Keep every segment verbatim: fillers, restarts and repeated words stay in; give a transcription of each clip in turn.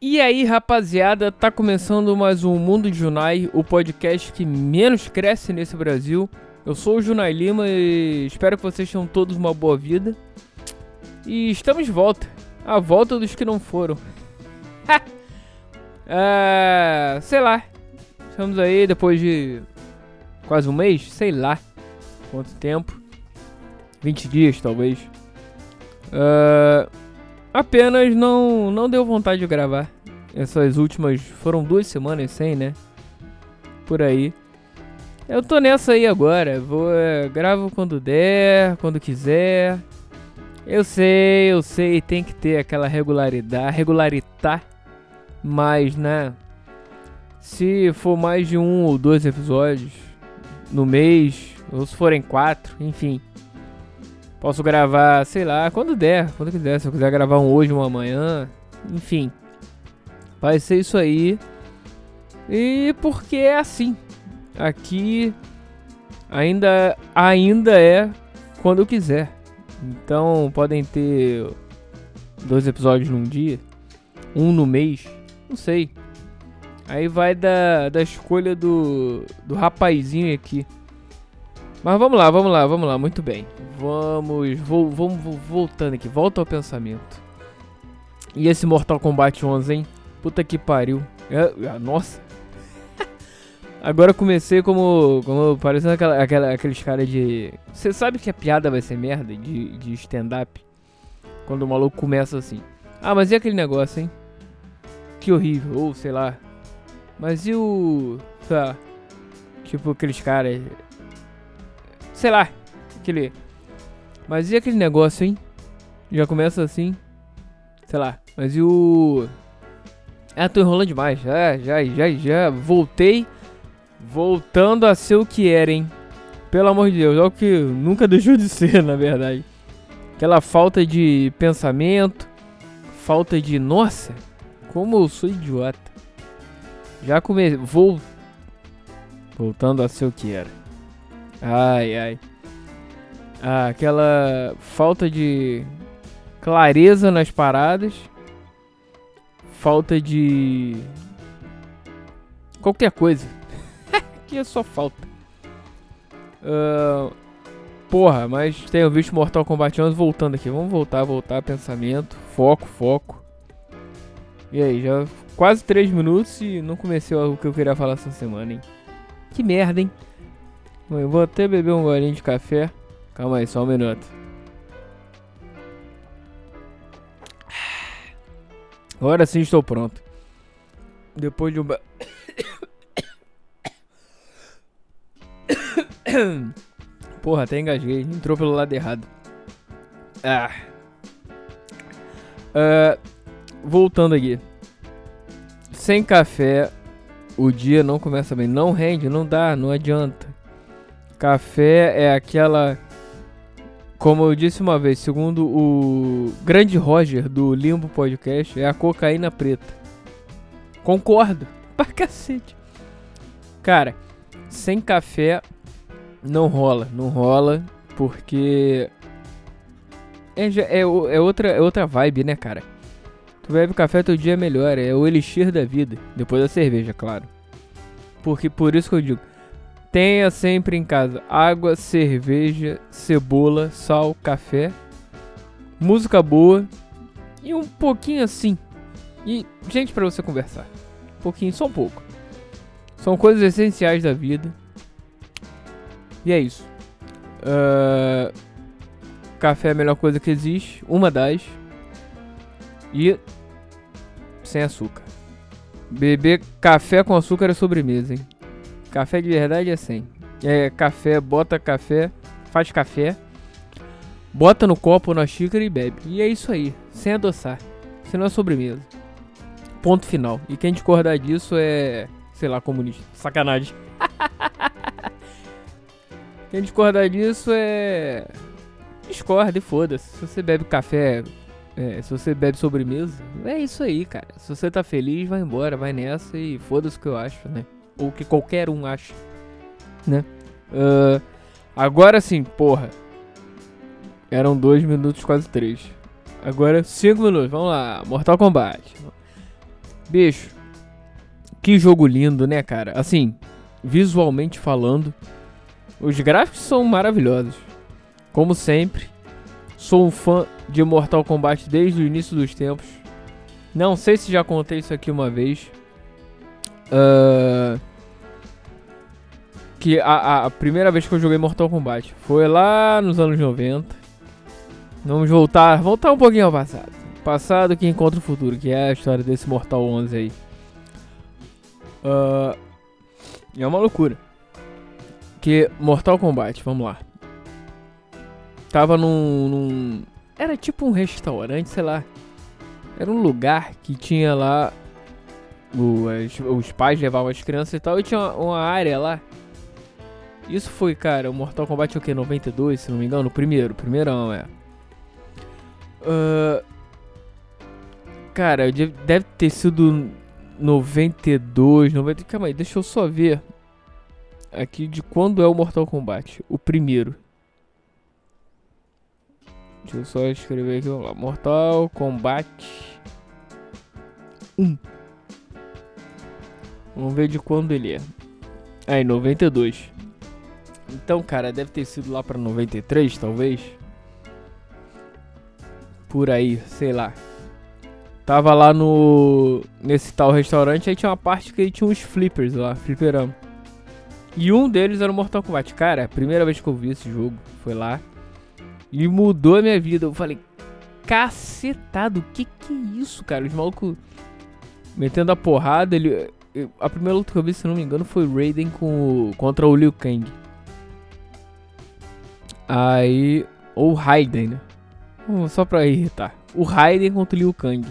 E aí, rapaziada, tá começando mais um Mundo de Junai, o podcast que menos cresce nesse Brasil. Eu sou o Junai Lima e espero que vocês tenham todos uma boa vida. E estamos de volta, a volta dos que não foram. é, sei lá, estamos aí depois de quase um mês, sei lá quanto tempo, vinte dias talvez. É, apenas não, não deu vontade de gravar. Essas últimas foram duas semanas sem, né? Por aí. Eu tô nessa aí agora. Vou, é, gravo quando der, quando quiser. Eu sei, eu sei, tem que ter aquela regularidade, regularitar. Mas, né? Se for mais de um ou dois episódios no mês, ou se forem quatro, enfim. Posso gravar, sei lá, quando der, quando quiser. Se eu quiser gravar um hoje, um amanhã, enfim. Vai ser isso aí. E porque é assim. Aqui ainda, ainda é quando eu quiser. Então podem ter dois episódios num dia, um no mês, não sei. Aí vai da, da escolha do, do rapazinho aqui. Mas vamos lá, vamos lá, vamos lá, muito bem. Vamos, vou, vamos voltando aqui, volta ao pensamento. E esse Mortal Kombat onze, hein? Puta que pariu. É, nossa. Agora eu comecei como, como parecendo aquela, aquela, aqueles caras de... Você sabe que a piada vai ser merda de, de stand-up? Quando o maluco começa assim. Ah, mas e aquele negócio, hein? Que horrível, ou sei lá. Mas e o... Sei lá. Tipo aqueles caras... Sei lá. Aquele... Mas e aquele negócio, hein? Já começa assim. Sei lá. Mas e o... Ah, tô enrolando demais. Já, já, já, já. Voltei. Voltando a ser o que era, hein? Pelo amor de Deus. É o que nunca deixou de ser, na verdade. Aquela falta de pensamento. Falta de... Nossa, como eu sou idiota. Já comecei... Vou... Voltando a ser o que era. Ai, ai. Ah, aquela falta de clareza nas paradas. Falta de... Qualquer coisa. Que é só falta. Uh, porra, mas tenho visto Mortal Kombat onze voltando aqui. Vamos voltar, voltar, pensamento. Foco, foco. E aí, já quase três minutos e não comecei o que eu queria falar essa semana, hein? Que merda, hein? Eu vou até beber um golinho de café. Calma aí, só um minuto. Agora sim estou pronto. Depois de um... Ba... Porra, até engasguei. Entrou pelo lado errado. Ah. Uh, voltando aqui. Sem café, o dia não começa bem. Não rende, não dá, não adianta. Café é aquela... Como eu disse uma vez, segundo o grande Roger do Limbo Podcast, é a cocaína preta. Concordo. Pra cacete. Cara, sem café não rola. Não rola porque é, é, é, outra, é outra vibe, né, cara? Tu bebe café, teu dia é melhor. É o elixir da vida. Depois da cerveja, claro. Porque por isso que eu digo... Tenha sempre em casa água, cerveja, cebola, sal, café, música boa e um pouquinho assim. E gente pra você conversar. Um pouquinho, só um pouco. São coisas essenciais da vida. E é isso. Uh, café é a melhor coisa que existe. Uma das. E sem açúcar. Beber café com açúcar é sobremesa, hein? Café de verdade é sem. É café, bota café, faz café, bota no copo, na xícara e bebe. E é isso aí, sem adoçar. Senão é sobremesa. Ponto final. E quem discordar disso é, sei lá, comunista. Sacanagem. Quem discordar disso é... Discorda e foda-se. Se você bebe café, é, se você bebe sobremesa, é isso aí, cara. Se você tá feliz, vai embora, vai nessa e foda-se o que eu acho, né? Ou que qualquer um acha, né? Uh, agora sim, porra. Eram dois minutos, quase três. Agora cinco minutos, vamos lá. Mortal Kombat. Bicho, que jogo lindo, né, cara? Assim, visualmente falando, os gráficos são maravilhosos. Como sempre, sou um fã de Mortal Kombat desde o início dos tempos. Não sei se já contei isso aqui uma vez. Uh, que a, a primeira vez que eu joguei Mortal Kombat foi lá nos anos noventa. Vamos voltar, voltar um pouquinho ao passado. Passado que encontra o futuro, que é a história desse Mortal onze aí. Uh, é uma loucura. Que Mortal Kombat, vamos lá. Tava num, num... Era tipo um restaurante, sei lá. Era um lugar que tinha lá... O, as, os pais levavam as crianças e tal. E tinha uma, uma área lá. Isso foi, cara, o Mortal Kombat é o que? noventa e dois, se não me engano? O primeiro, o primeirão, é. Uh, cara, deve ter sido noventa e dois, noventa... Calma aí, deixa eu só ver aqui de quando é o Mortal Kombat. O primeiro. Deixa eu só escrever aqui, vamos lá. Mortal Kombat um. Vamos ver de quando ele é. Ah, em noventa e dois. Então, cara, deve ter sido lá pra noventa e três, talvez. Por aí, sei lá. Tava lá no... Nesse tal restaurante, aí tinha uma parte que tinha uns flippers lá, fliperama. E um deles era o Mortal Kombat. Cara, a primeira vez que eu vi esse jogo foi lá. E mudou a minha vida. Eu falei, cacetado, que que é isso, cara? Os malucos metendo a porrada. Ele... A primeira luta que eu vi, se não me engano, foi o Raiden com o... contra o Liu Kang. Aí... Ou Raiden, né? Hum, só pra irritar. O Raiden contra o Liu Kang.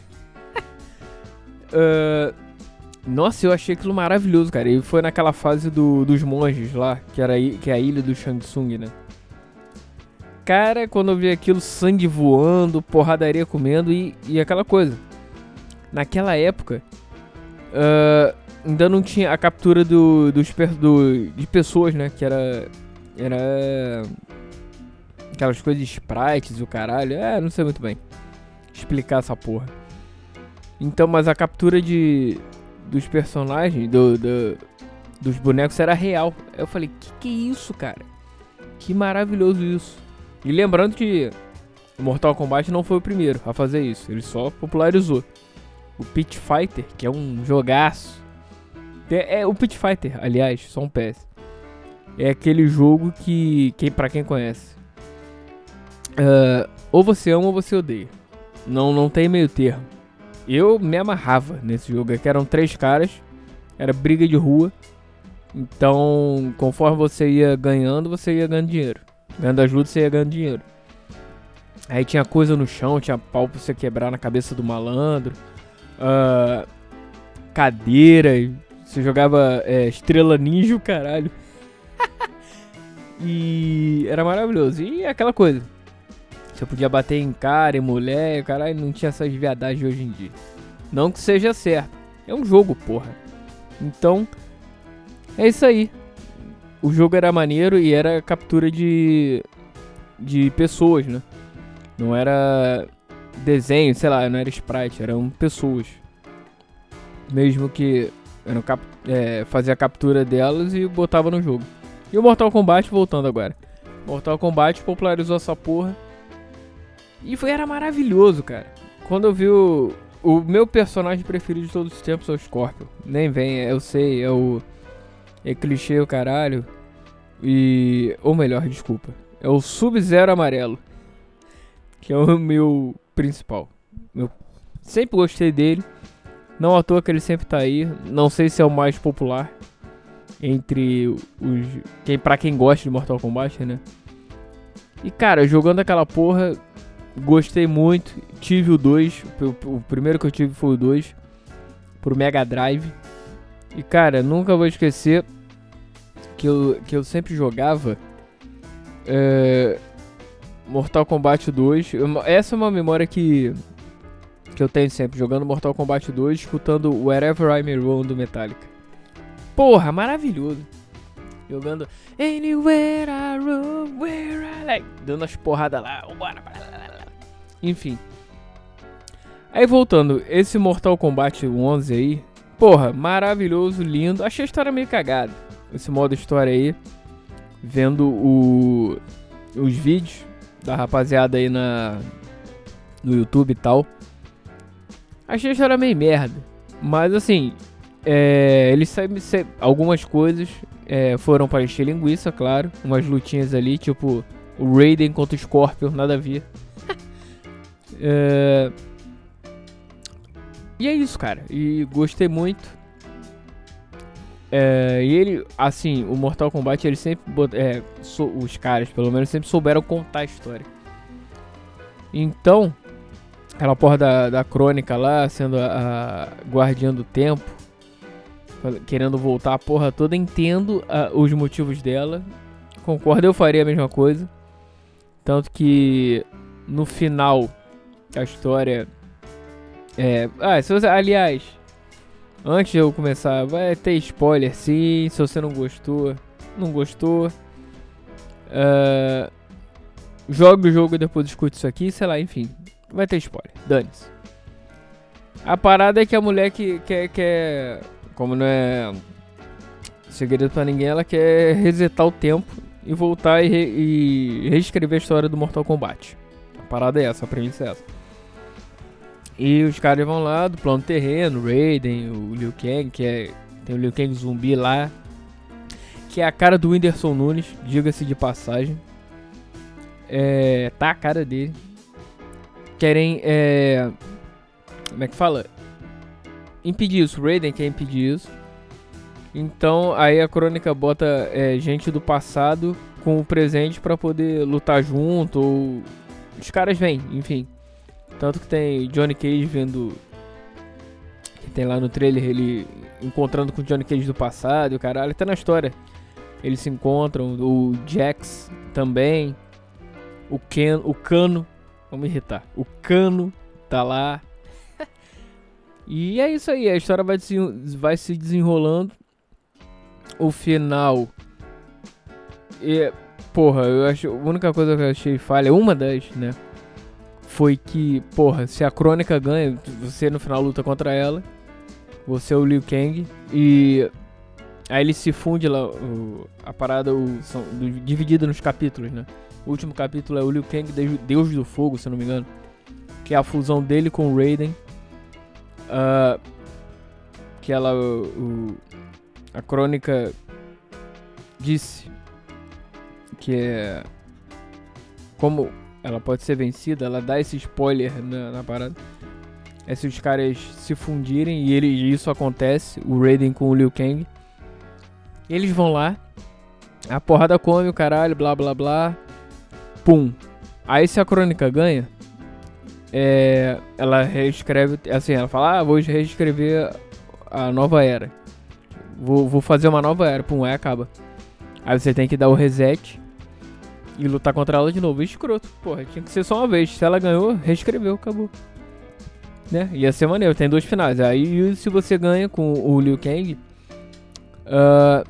uh, Nossa, eu achei aquilo maravilhoso, cara. Ele foi naquela fase do, dos monges lá, que, era, que é a ilha do Shang Tsung, né? Cara, quando eu vi aquilo, sangue voando, porradaria comendo e, e aquela coisa. Naquela época, uh, ainda não tinha a captura do, dos, do, de pessoas, né? Que era... Era... Aquelas coisas de sprites e o caralho. É, não sei muito bem explicar essa porra. Então, mas a captura de... Dos personagens, do, do, dos bonecos era real. Aí eu falei, que que é isso, cara? Que maravilhoso isso. E lembrando que Mortal Kombat não foi o primeiro a fazer isso. Ele só popularizou. O Pit Fighter, que é um jogaço. É, é o Pit Fighter, aliás, só um P S. É aquele jogo que, que pra quem conhece, uh, ou você ama ou você odeia. Não, não tem meio termo. Eu me amarrava nesse jogo. É que eram três caras. Era briga de rua. Então, conforme você ia ganhando, você ia ganhando dinheiro. Ganhando ajuda, você ia ganhando dinheiro. Aí tinha coisa no chão, tinha pau pra você quebrar na cabeça do malandro. Uh, cadeira. Você jogava é, Estrela Ninja, caralho. E era maravilhoso. E aquela coisa. Você podia bater em cara, em mulher, caralho, não tinha essas viadagens de hoje em dia. Não que seja certo. É um jogo, porra. Então, é isso aí. O jogo era maneiro e era captura de de pessoas, né? Não era desenho, sei lá, não era sprite, eram pessoas. Mesmo que eram cap é, fazia a captura delas e botava no jogo. E o Mortal Kombat, voltando agora. Mortal Kombat popularizou essa porra. E foi, era maravilhoso, cara. Quando eu vi o... O meu personagem preferido de todos os tempos é o Scorpion. Nem vem, eu sei, é o... É clichê o caralho. E... Ou melhor, desculpa. É o Sub-Zero amarelo. Que é o meu principal. Eu sempre gostei dele. Não à toa que ele sempre tá aí. Não sei se é o mais popular entre os... Quem, pra quem gosta de Mortal Kombat, né? E cara, jogando aquela porra... Gostei muito, tive o dois, o, o primeiro que eu tive foi o dois, pro Mega Drive. E cara, nunca vou esquecer que eu, que eu sempre jogava é, Mortal Kombat dois. Eu, essa é uma memória que, que eu tenho sempre, jogando Mortal Kombat dois, escutando Wherever I May Roam do Metallica. Porra, maravilhoso. Jogando Anywhere I Roam, Where I Like, dando as porradas lá, bora. Enfim. Aí voltando, esse Mortal Kombat onze aí, porra, maravilhoso, lindo. Achei a história meio cagada, esse modo história aí. Vendo o, os vídeos da rapaziada aí na, no YouTube e tal. Achei a história meio merda. Mas assim, é, eles sabem algumas coisas é, foram para encher linguiça, claro. Umas lutinhas ali, tipo o Raiden contra o Scorpion, nada a ver. é, e é isso, cara. E gostei muito. É, e ele, assim, o Mortal Kombat, ele sempre, é, so, os caras, pelo menos, sempre souberam contar a história. Então, aquela porra da, da crônica lá, sendo a, a guardiã do tempo, querendo voltar a porra toda, entendo a, os motivos dela. Concordo, eu faria a mesma coisa. Tanto que, no final da história, é, ah, se você, aliás... Antes de eu começar, vai ter spoiler sim, se você não gostou, não gostou. Uh, joga o jogo e depois escute isso aqui, sei lá, enfim. Vai ter spoiler, dane-se. A parada é que a mulher que quer, quer, como não é segredo pra ninguém, ela quer resetar o tempo e voltar e, re, e reescrever a história do Mortal Kombat. A parada é essa, a premissa é essa. E os caras vão lá do plano terreno, o Raiden, o Liu Kang, que é, tem o Liu Kang zumbi lá, que é a cara do Whindersson Nunes, diga-se de passagem. É, tá a cara dele. Querem, é, como é que fala? Impedir isso, o Raiden quer impedir isso. Então aí a crônica bota é, gente do passado com o presente pra poder lutar junto, ou os caras vêm, enfim. Tanto que tem Johnny Cage vendo, que tem lá no trailer ele encontrando com o Johnny Cage do passado e o caralho, tá na história. Eles se encontram, o Jax também, o Ken, o Cano, vamos irritar, o Cano tá lá. E é isso aí, a história vai, vai se desenrolando. O final, e, porra, eu acho, a única coisa que eu achei falha, uma das, né? Foi que, porra, se a crônica ganha, você no final luta contra ela, você é o Liu Kang, e aí ele se funde lá, o, a parada, o, são dividida nos capítulos, né? O último capítulo é o Liu Kang, Deus do Fogo, se eu não me engano, que é a fusão dele com o Raiden, uh, que ela, o, a crônica disse que é como... ela pode ser vencida, ela dá esse spoiler na, na parada. É se os caras se fundirem e, ele, e isso acontece, o Raiden com o Liu Kang. Eles vão lá, a porrada come o caralho, blá blá blá. Pum. Aí se a crônica ganha, é, ela reescreve, assim, ela fala, ah, vou reescrever a nova era. Vou, vou fazer uma nova era, pum, aí acaba. Aí você tem que dar o reset e lutar contra ela de novo. Escroto, porra, tinha que ser só uma vez. Se ela ganhou, reescreveu, acabou. Né? Ia ser maneiro, tem dois finais. Aí se você ganha com o Liu Kang, uh,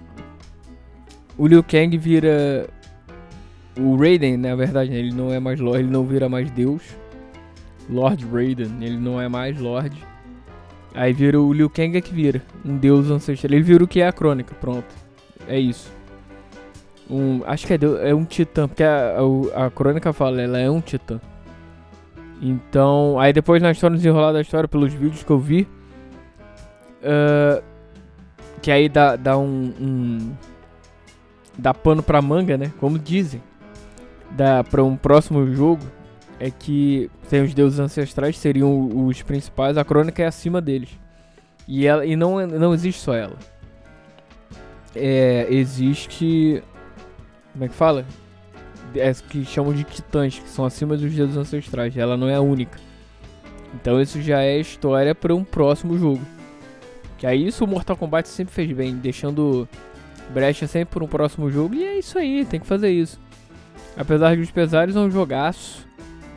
o Liu Kang vira o Raiden, na verdade, ele não é mais Lorde, ele não vira mais Deus. Lord Raiden, ele não é mais Lorde. Aí vira o Liu Kang é que vira um Deus ancestral. Ele vira o que é a crônica, pronto. É isso. Um, acho que é, Deus, é um titã, porque a, a, a crônica fala, ela é um titã. Então, aí depois na história, desenrolar da história, pelos vídeos que eu vi, uh, que aí dá, dá um, um... dá pano pra manga, né? Como dizem. Dá pra um próximo jogo. É que tem os deuses ancestrais, seriam os principais. A crônica é acima deles. E, ela, e não, não existe só ela. É, existe... Como é que fala? É, que chamam de titãs, que são acima dos deuses ancestrais. Ela não é a única. Então isso já é história para um próximo jogo. Que aí isso o Mortal Kombat sempre fez bem, deixando brecha sempre para um próximo jogo. E é isso aí, tem que fazer isso. Apesar dos pesares, é um jogaço.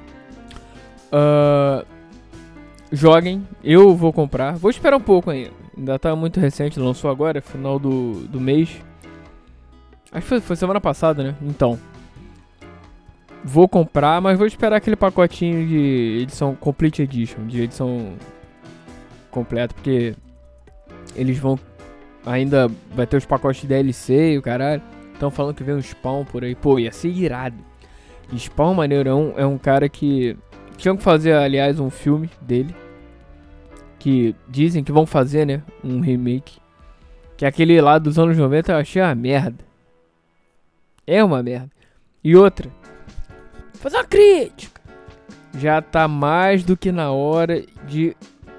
Uh, joguem, eu vou comprar. Vou esperar um pouco ainda. Ainda tá muito recente, lançou agora, final do, do mês. Acho que foi, foi semana passada, né? Então. Vou comprar, mas vou esperar aquele pacotinho de edição Complete Edition, de edição completa, porque eles vão... Ainda vai ter os pacotes de D L C e o caralho. Estão falando que vem um Spawn por aí. Pô, ia ser irado. Spawn, maneiro, é um, é um cara que... Tinham que fazer, aliás, um filme dele. Que dizem que vão fazer, né? Um remake. Que aquele lá dos anos noventa eu achei uma merda. É uma merda. E outra. Fazer uma crítica. Já tá mais do que na hora de...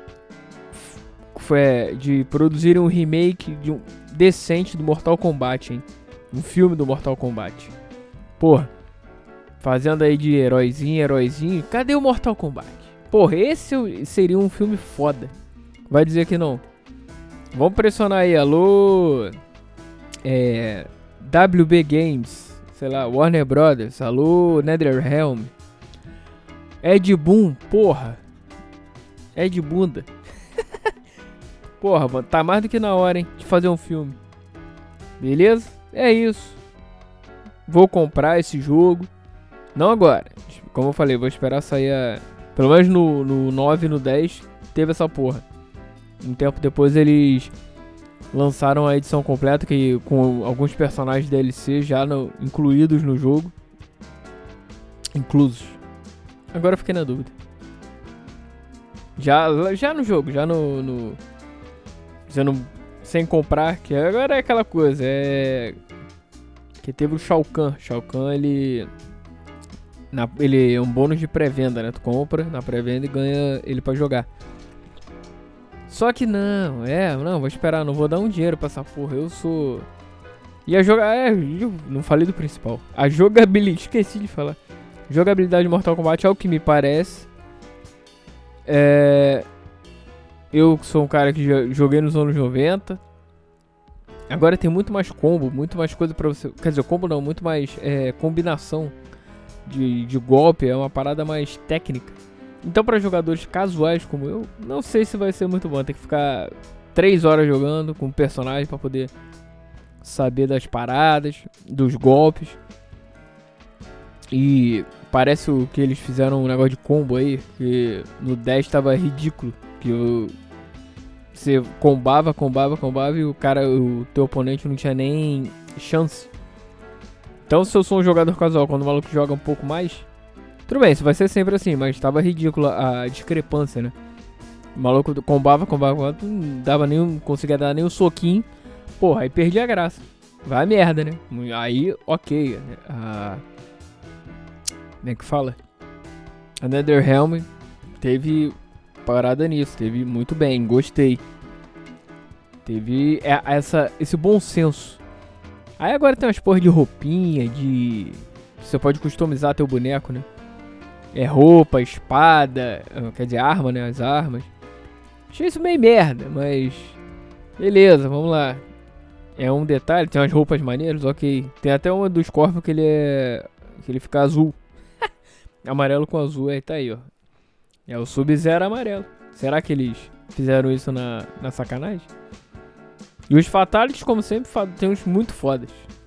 Foi, de produzir um remake de um decente do Mortal Kombat, hein? Um filme do Mortal Kombat. Porra. Fazendo aí de heróizinho, heróizinho. Cadê o Mortal Kombat? Porra, esse seria um filme foda. Vai dizer que não. Vamos pressionar aí. Alô... É... W B Games. Sei lá, Warner Brothers. Alô, NetherRealm. Ed Boon, porra. Ed Bunda. Porra, mano, tá mais do que na hora, hein, de fazer um filme. Beleza? É isso. Vou comprar esse jogo. Não agora. Como eu falei, vou esperar sair a... Pelo menos no, no nove e no dez teve essa porra. Um tempo depois eles lançaram a edição completa que, com alguns personagens D L C já no, incluídos no jogo. Inclusos. Agora eu fiquei na dúvida. Já, já no jogo, já no... no Dizendo sem comprar, que agora é aquela coisa, é... Que teve o Shao Kahn. Shao Kahn, ele... Na, ele é um bônus de pré-venda, né? Tu compra na pré-venda e ganha ele pra jogar. Só que não, é, não, vou esperar, não vou dar um dinheiro pra essa porra, eu sou... E a jogar, é, eu não falei do principal. A jogabilidade, esqueci de falar. Jogabilidade de Mortal Kombat é o que me parece. É... Eu sou um cara que joguei nos anos noventa. Agora tem muito mais combo, muito mais coisa pra você... Quer dizer, combo não, muito mais é, combinação de, de golpe. É uma parada mais técnica. Então pra jogadores casuais como eu, não sei se vai ser muito bom. Tem que ficar três horas jogando com o personagem pra poder saber das paradas, dos golpes. E parece o que eles fizeram um negócio de combo aí, que no dez tava ridículo. Que eu, você combava, combava, combava e o cara, o teu oponente não tinha nem chance. Então se eu sou um jogador casual, quando o maluco joga um pouco mais, tudo bem, isso vai ser sempre assim, mas tava ridícula a discrepância, né? O maluco combava, combava, combava, não dava nem, conseguia dar nem um soquinho. Porra, aí perdi a graça. Vai a merda, né? Aí, ok. A... Como é que fala? A NetherRealm teve... parada nisso, teve muito bem, gostei. Teve essa, esse bom senso. Aí agora tem umas porra de roupinha, de... Você pode customizar teu boneco, né? É roupa, espada, quer dizer, arma, né? As armas. Achei isso meio merda, mas... Beleza, vamos lá. É um detalhe, tem umas roupas maneiras, ok. Tem até uma do Scorpion que ele é... Que ele fica azul. Amarelo com azul, aí tá aí, ó. É o Sub-Zero amarelo. Será que eles fizeram isso na, na sacanagem? E os Fatalities, como sempre, tem uns muito fodas.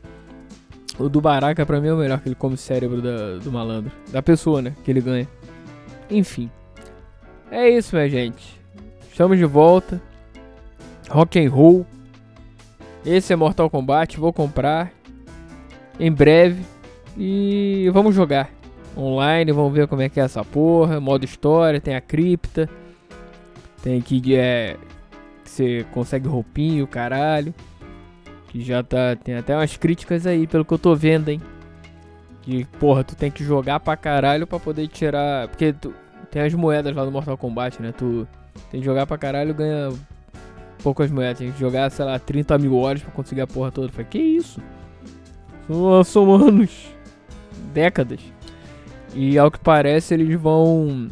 O do Baraka, pra mim, é o melhor, que ele come o cérebro da, do malandro. Da pessoa, né? Que ele ganha. Enfim. É isso, minha gente. Estamos de volta. Rock and Roll. Esse é Mortal Kombat. Vou comprar. Em breve. E vamos jogar. Online, vamos ver como é que é essa porra. Modo história, tem a cripta. Tem que é que você consegue roupinho, caralho. Que já tá, tem até umas críticas aí, pelo que eu tô vendo, hein. Que, porra, tu tem que jogar pra caralho pra poder tirar... Porque tu, tem as moedas lá no Mortal Kombat, né. Tu tem que jogar pra caralho e ganha poucas moedas. Tem que jogar, sei lá, trinta mil horas pra conseguir a porra toda. Eu falei, que isso? São, são anos. Décadas. E ao que parece eles vão...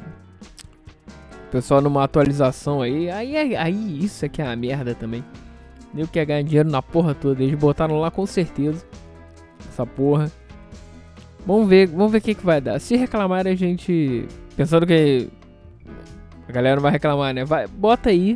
O pessoal numa atualização aí. Aí, aí isso aqui é uma merda também. Nem quer ganhar dinheiro na porra toda. Eles botaram lá com certeza. Essa porra. Vamos ver, vamos ver o que, que vai dar. Se reclamar a gente... Pensando que... A galera não vai reclamar, né? Vai, bota aí.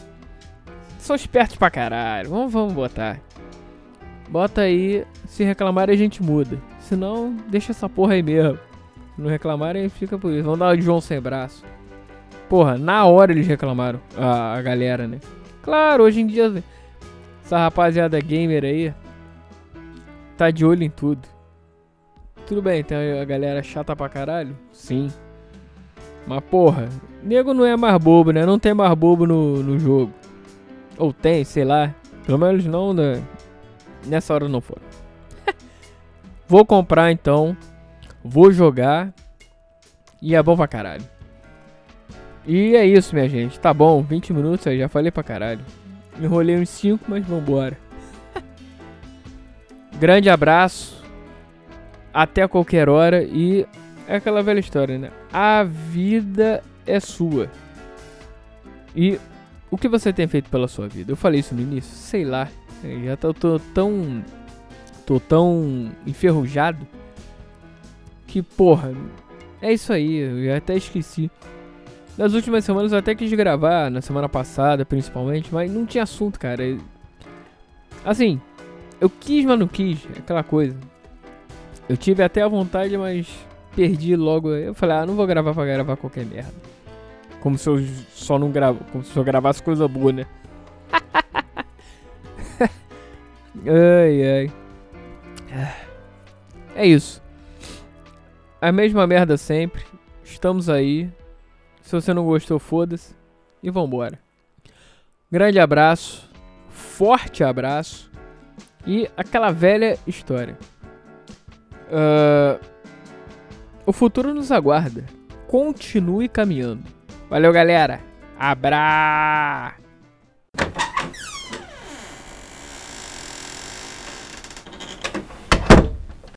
São espertos pra caralho. Vamos, vamos botar. Bota aí. Se reclamar a gente muda. Se não, deixa essa porra aí mesmo. Não reclamarem, fica por isso. Vão dar o de João sem braço. Porra, na hora eles reclamaram. A, a galera, né? Claro, hoje em dia essa rapaziada gamer aí tá de olho em tudo. Tudo bem, tem a galera chata pra caralho? Sim. Mas porra, nego não é mais bobo, né? Não tem mais bobo no, no jogo. Ou tem, sei lá. Pelo menos não, né? Nessa hora não for. Vou comprar então. Vou jogar. E é bom pra caralho. E é isso, minha gente. Tá bom, vinte minutos aí, já falei pra caralho. Enrolei uns cinco, mas vambora. Grande abraço. Até qualquer hora. E é aquela velha história, né? A vida é sua. E o que você tem feito pela sua vida? Eu falei isso no início? Sei lá. Eu já tô, tô tão... Tô tão enferrujado. Que porra... É isso aí, eu já até esqueci. Nas últimas semanas eu até quis gravar, na semana passada principalmente, mas não tinha assunto, cara. Assim, eu quis, mas não quis, aquela coisa. Eu tive até a vontade, mas perdi logo. Eu falei, ah, não vou gravar pra gravar qualquer merda. Como se eu só não gravo, como se eu gravasse coisa boa, né? Ai, ai. É isso. A mesma merda sempre. Estamos aí. Se você não gostou, foda-se. E vambora. Grande abraço. Forte abraço. E aquela velha história. Uh, o futuro nos aguarda. Continue caminhando. Valeu, galera. Abraço.